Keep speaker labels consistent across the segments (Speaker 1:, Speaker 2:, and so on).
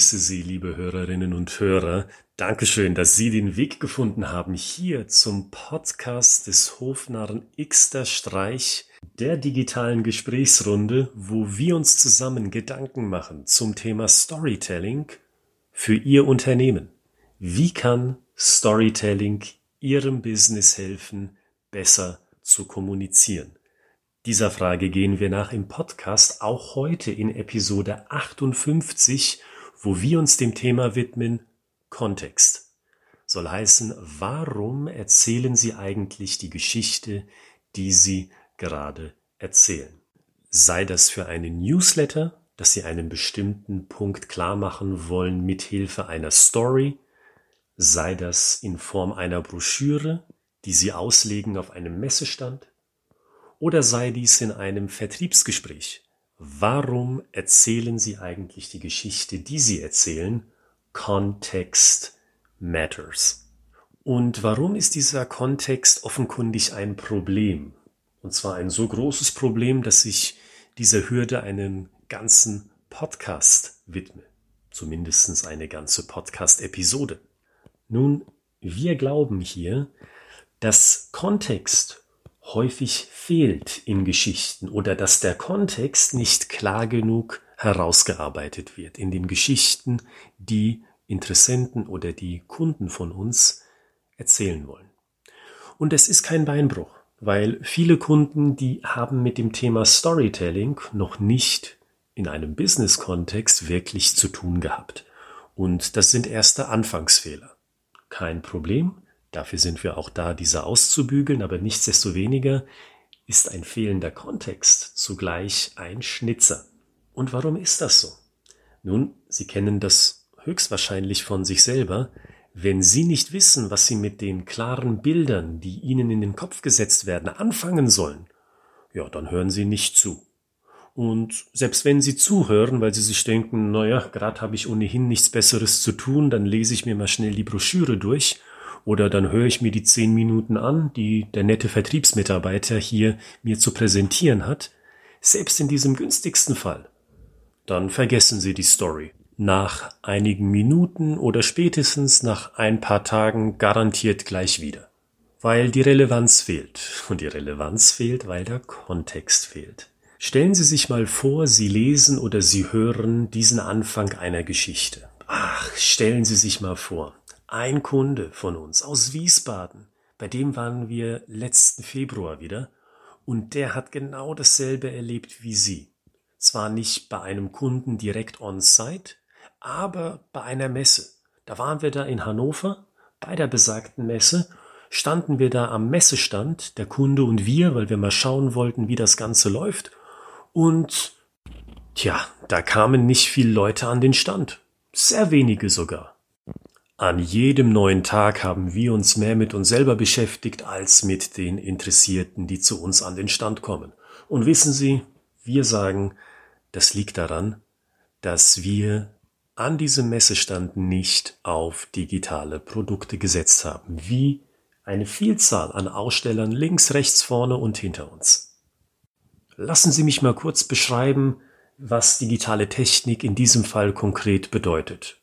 Speaker 1: grüße Sie, liebe Hörerinnen und Hörer. Dankeschön, dass Sie den Weg gefunden haben hier zum Podcast des Hofnarren Xter Streich, der digitalen Gesprächsrunde, wo wir uns zusammen Gedanken machen zum Thema Storytelling für Ihr Unternehmen. Wie kann Storytelling Ihrem Business helfen, besser zu kommunizieren? Dieser Frage gehen wir nach im Podcast, auch heute in Episode 58, wo wir uns dem Thema widmen, Kontext. Soll heißen, warum erzählen Sie eigentlich die Geschichte, die Sie gerade erzählen? Sei das für einen Newsletter, dass Sie einen bestimmten Punkt klar machen wollen mit Hilfe einer Story, sei das in Form einer Broschüre, die Sie auslegen auf einem Messestand, oder sei dies in einem Vertriebsgespräch. Warum erzählen Sie eigentlich die Geschichte, die Sie erzählen? Context matters. Und warum ist dieser Kontext offenkundig ein Problem? Und zwar ein so großes Problem, dass ich dieser Hürde einen ganzen Podcast widme. Zumindest eine ganze Podcast-Episode. Nun, wir glauben hier, dass Kontext häufig fehlt in Geschichten oder dass der Kontext nicht klar genug herausgearbeitet wird in den Geschichten, die Interessenten oder die Kunden von uns erzählen wollen. Und es ist kein Beinbruch, weil viele Kunden, die haben mit dem Thema Storytelling noch nicht in einem Business-Kontext wirklich zu tun gehabt. Und das sind erste Anfangsfehler. Kein Problem. Dafür sind wir auch da, diese auszubügeln, aber nichtsdestoweniger ist ein fehlender Kontext zugleich ein Schnitzer. Und warum ist das so? Nun, Sie kennen das höchstwahrscheinlich von sich selber. Wenn Sie nicht wissen, was Sie mit den klaren Bildern, die Ihnen in den Kopf gesetzt werden, anfangen sollen, ja, dann hören Sie nicht zu. Und selbst wenn Sie zuhören, weil Sie sich denken, naja, gerade habe ich ohnehin nichts Besseres zu tun, dann lese ich mir mal schnell die Broschüre durch, oder dann höre ich mir die 10 Minuten an, die der nette Vertriebsmitarbeiter hier mir zu präsentieren hat. Selbst in diesem günstigsten Fall. Dann vergessen Sie die Story. Nach einigen Minuten oder spätestens nach ein paar Tagen garantiert gleich wieder. Weil die Relevanz fehlt. Und die Relevanz fehlt, weil der Kontext fehlt. Stellen Sie sich mal vor, Sie lesen oder Sie hören diesen Anfang einer Geschichte. Ach, stellen Sie sich mal vor. Ein Kunde von uns aus Wiesbaden, bei dem waren wir letzten Februar wieder und der hat genau dasselbe erlebt wie Sie. Zwar nicht bei einem Kunden direkt on-site, aber bei einer Messe. Da waren wir da in Hannover, bei der besagten Messe, standen wir da am Messestand, der Kunde und wir, weil wir mal schauen wollten, wie das Ganze läuft. Und da kamen nicht viele Leute an den Stand, sehr wenige sogar. An jedem neuen Tag haben wir uns mehr mit uns selber beschäftigt, als mit den Interessierten, die zu uns an den Stand kommen. Und wissen Sie, wir sagen, das liegt daran, dass wir an diesem Messestand nicht auf digitale Produkte gesetzt haben, wie eine Vielzahl an Ausstellern links, rechts, vorne und hinter uns. Lassen Sie mich mal kurz beschreiben, was digitale Technik in diesem Fall konkret bedeutet.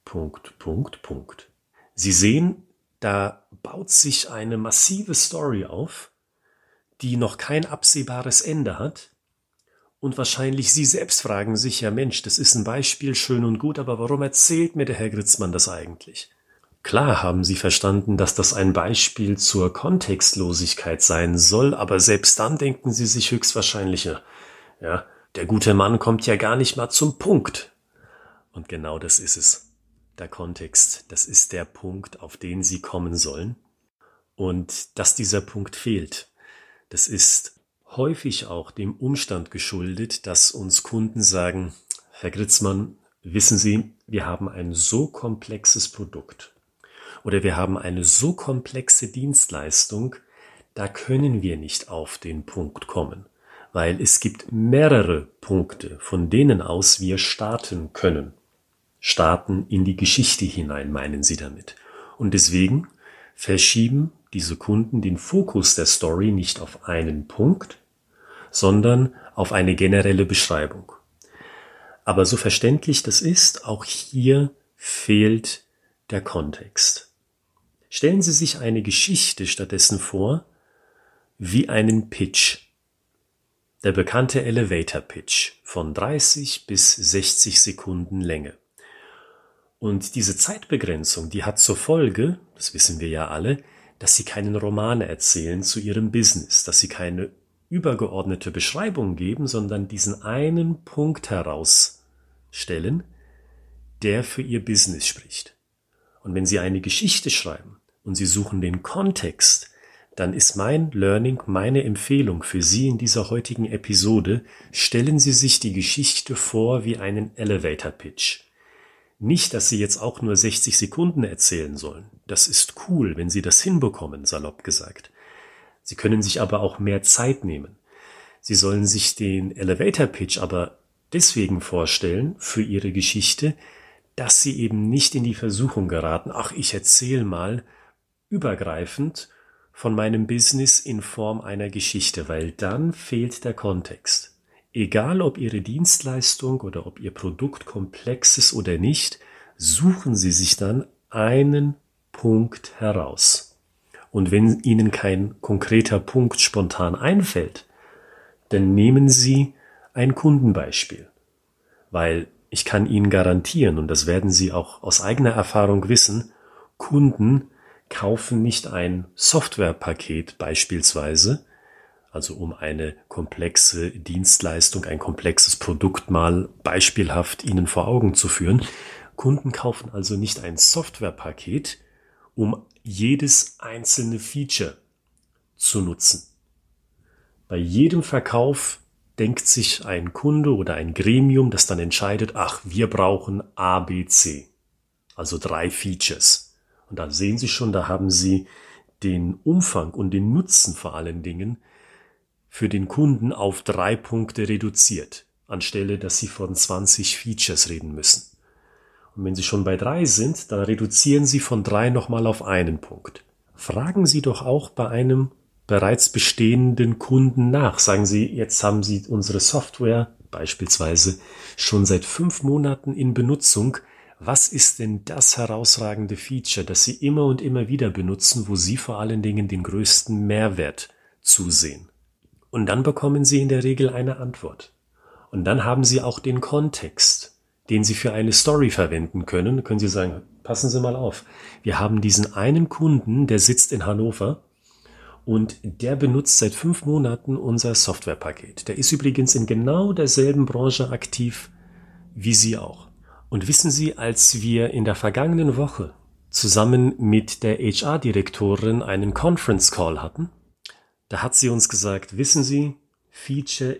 Speaker 1: Sie sehen, da baut sich eine massive Story auf, die noch kein absehbares Ende hat. Und wahrscheinlich Sie selbst fragen sich, ja Mensch, das ist ein Beispiel, schön und gut, aber warum erzählt mir der Herr Gritzmann das eigentlich? Klar haben Sie verstanden, dass das ein Beispiel zur Kontextlosigkeit sein soll, aber selbst dann denken Sie sich höchstwahrscheinlich, ja, der gute Mann kommt ja gar nicht mal zum Punkt. Und genau das ist es. Der Kontext, das ist der Punkt, auf den Sie kommen sollen. Und dass dieser Punkt fehlt, das ist häufig auch dem Umstand geschuldet, dass uns Kunden sagen, Herr Gritzmann, wissen Sie, wir haben ein so komplexes Produkt oder wir haben eine so komplexe Dienstleistung, da können wir nicht auf den Punkt kommen, weil es gibt mehrere Punkte, von denen aus wir starten können. Starten in die Geschichte hinein, meinen Sie damit. Und deswegen verschieben diese Kunden den Fokus der Story nicht auf einen Punkt, sondern auf eine generelle Beschreibung. Aber so verständlich das ist, auch hier fehlt der Kontext. Stellen Sie sich eine Geschichte stattdessen vor wie einen Pitch. Der bekannte Elevator Pitch von 30 bis 60 Sekunden Länge. Und diese Zeitbegrenzung, die hat zur Folge, das wissen wir ja alle, dass Sie keinen Roman erzählen zu Ihrem Business, dass Sie keine übergeordnete Beschreibung geben, sondern diesen einen Punkt herausstellen, der für Ihr Business spricht. Und wenn Sie eine Geschichte schreiben und Sie suchen den Kontext, dann ist mein Learning, meine Empfehlung für Sie in dieser heutigen Episode, stellen Sie sich die Geschichte vor wie einen Elevator Pitch. Nicht, dass Sie jetzt auch nur 60 Sekunden erzählen sollen. Das ist cool, wenn Sie das hinbekommen, salopp gesagt. Sie können sich aber auch mehr Zeit nehmen. Sie sollen sich den Elevator Pitch aber deswegen vorstellen für Ihre Geschichte, dass Sie eben nicht in die Versuchung geraten, ach, ich erzähle mal übergreifend von meinem Business in Form einer Geschichte, weil dann fehlt der Kontext. Egal ob Ihre Dienstleistung oder ob Ihr Produkt komplex ist oder nicht, suchen Sie sich dann einen Punkt heraus. Und wenn Ihnen kein konkreter Punkt spontan einfällt, dann nehmen Sie ein Kundenbeispiel. Weil ich kann Ihnen garantieren, und das werden Sie auch aus eigener Erfahrung wissen, Kunden kaufen nicht ein Softwarepaket beispielsweise, also um eine komplexe Dienstleistung, ein komplexes Produkt mal beispielhaft Ihnen vor Augen zu führen. Kunden kaufen also nicht ein Softwarepaket, um jedes einzelne Feature zu nutzen. Bei jedem Verkauf denkt sich ein Kunde oder ein Gremium, das dann entscheidet, ach, wir brauchen A, B, C, also 3 Features. Und da sehen Sie schon, da haben Sie den Umfang und den Nutzen vor allen Dingen für den Kunden auf 3 Punkte reduziert, anstelle dass Sie von 20 Features reden müssen. Und wenn Sie schon bei 3 sind, dann reduzieren Sie von 3 nochmal auf einen Punkt. Fragen Sie doch auch bei einem bereits bestehenden Kunden nach. Sagen Sie, jetzt haben Sie unsere Software beispielsweise schon seit 5 Monaten in Benutzung. Was ist denn das herausragende Feature, das Sie immer und immer wieder benutzen, wo Sie vor allen Dingen den größten Mehrwert zusehen? Und dann bekommen Sie in der Regel eine Antwort. Und dann haben Sie auch den Kontext, den Sie für eine Story verwenden können. Da können Sie sagen, passen Sie mal auf, wir haben diesen einen Kunden, der sitzt in Hannover und der benutzt seit 5 Monaten unser Softwarepaket. Der ist übrigens in genau derselben Branche aktiv wie Sie auch. Und wissen Sie, als wir in der vergangenen Woche zusammen mit der HR-Direktorin einen Conference Call hatten, da hat sie uns gesagt, wissen Sie, Feature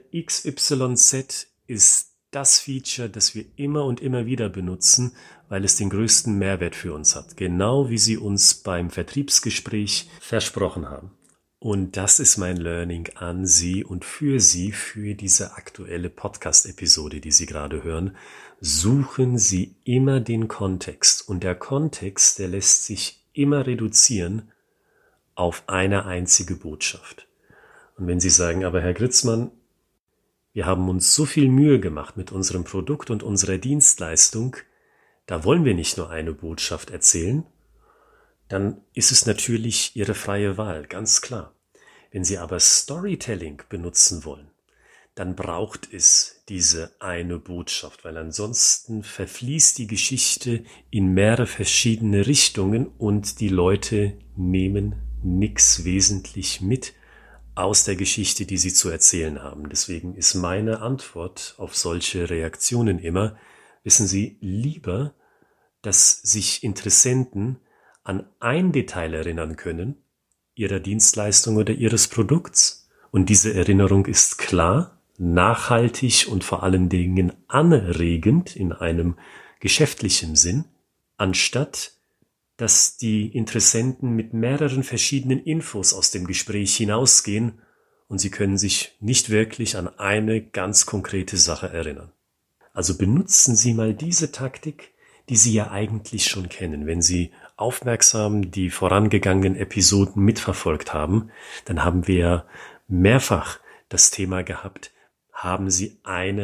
Speaker 1: XYZ ist das Feature, das wir immer und immer wieder benutzen, weil es den größten Mehrwert für uns hat. Genau wie Sie uns beim Vertriebsgespräch versprochen haben. Und das ist mein Learning an Sie und für Sie, für diese aktuelle Podcast-Episode, die Sie gerade hören. Suchen Sie immer den Kontext. Und der Kontext, der lässt sich immer reduzieren auf eine einzige Botschaft. Und wenn Sie sagen, aber Herr Gritzmann, wir haben uns so viel Mühe gemacht mit unserem Produkt und unserer Dienstleistung, da wollen wir nicht nur eine Botschaft erzählen, dann ist es natürlich Ihre freie Wahl, ganz klar. Wenn Sie aber Storytelling benutzen wollen, dann braucht es diese eine Botschaft, weil ansonsten verfließt die Geschichte in mehrere verschiedene Richtungen und die Leute nehmen nichts wesentlich mit aus der Geschichte, die sie zu erzählen haben. Deswegen ist meine Antwort auf solche Reaktionen immer, wissen Sie, lieber, dass sich Interessenten an ein Detail erinnern können, ihrer Dienstleistung oder ihres Produkts. Und diese Erinnerung ist klar, nachhaltig und vor allen Dingen anregend in einem geschäftlichen Sinn, anstatt dass die Interessenten mit mehreren verschiedenen Infos aus dem Gespräch hinausgehen und sie können sich nicht wirklich an eine ganz konkrete Sache erinnern. Also benutzen Sie mal diese Taktik, die Sie ja eigentlich schon kennen. Wenn Sie aufmerksam die vorangegangenen Episoden mitverfolgt haben, dann haben wir mehrfach das Thema gehabt, haben Sie eine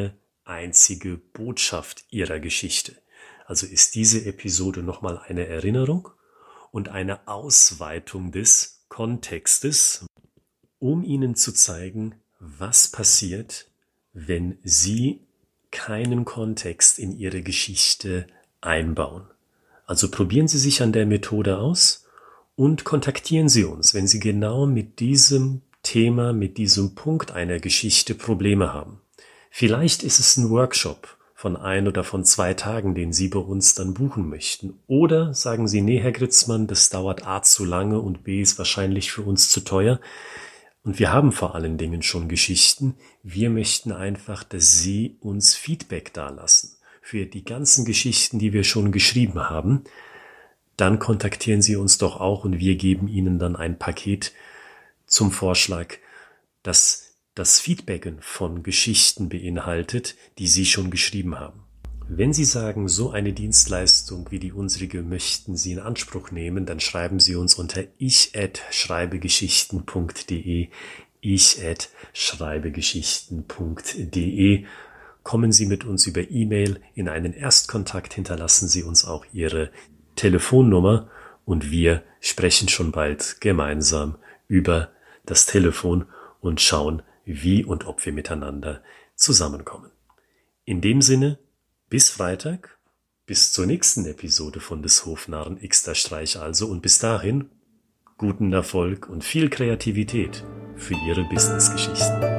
Speaker 1: einzige Botschaft Ihrer Geschichte. Also ist diese Episode nochmal eine Erinnerung und eine Ausweitung des Kontextes, um Ihnen zu zeigen, was passiert, wenn Sie keinen Kontext in Ihre Geschichte einbauen. Also probieren Sie sich an der Methode aus und kontaktieren Sie uns, wenn Sie genau mit diesem Thema, mit diesem Punkt einer Geschichte Probleme haben. Vielleicht ist es ein Workshop von 1 oder von 2 Tagen, den Sie bei uns dann buchen möchten. Oder sagen Sie, nee, Herr Gritzmann, das dauert A zu lange und B ist wahrscheinlich für uns zu teuer. Und wir haben vor allen Dingen schon Geschichten. Wir möchten einfach, dass Sie uns Feedback dalassen für die ganzen Geschichten, die wir schon geschrieben haben. Dann kontaktieren Sie uns doch auch und wir geben Ihnen dann ein Paket zum Vorschlag, das das Feedbacken von Geschichten beinhaltet, die Sie schon geschrieben haben. Wenn Sie sagen, so eine Dienstleistung wie die unsrige möchten Sie in Anspruch nehmen, dann schreiben Sie uns unter ich@schreibegeschichten.de, ich@schreibegeschichten.de. Kommen Sie mit uns über E-Mail in einen Erstkontakt, hinterlassen Sie uns auch Ihre Telefonnummer und wir sprechen schon bald gemeinsam über das Telefon und schauen, wie und ob wir miteinander zusammenkommen. In dem Sinne, bis Freitag, bis zur nächsten Episode von des Hofnarren X'ter Streich also und bis dahin guten Erfolg und viel Kreativität für Ihre Businessgeschichten.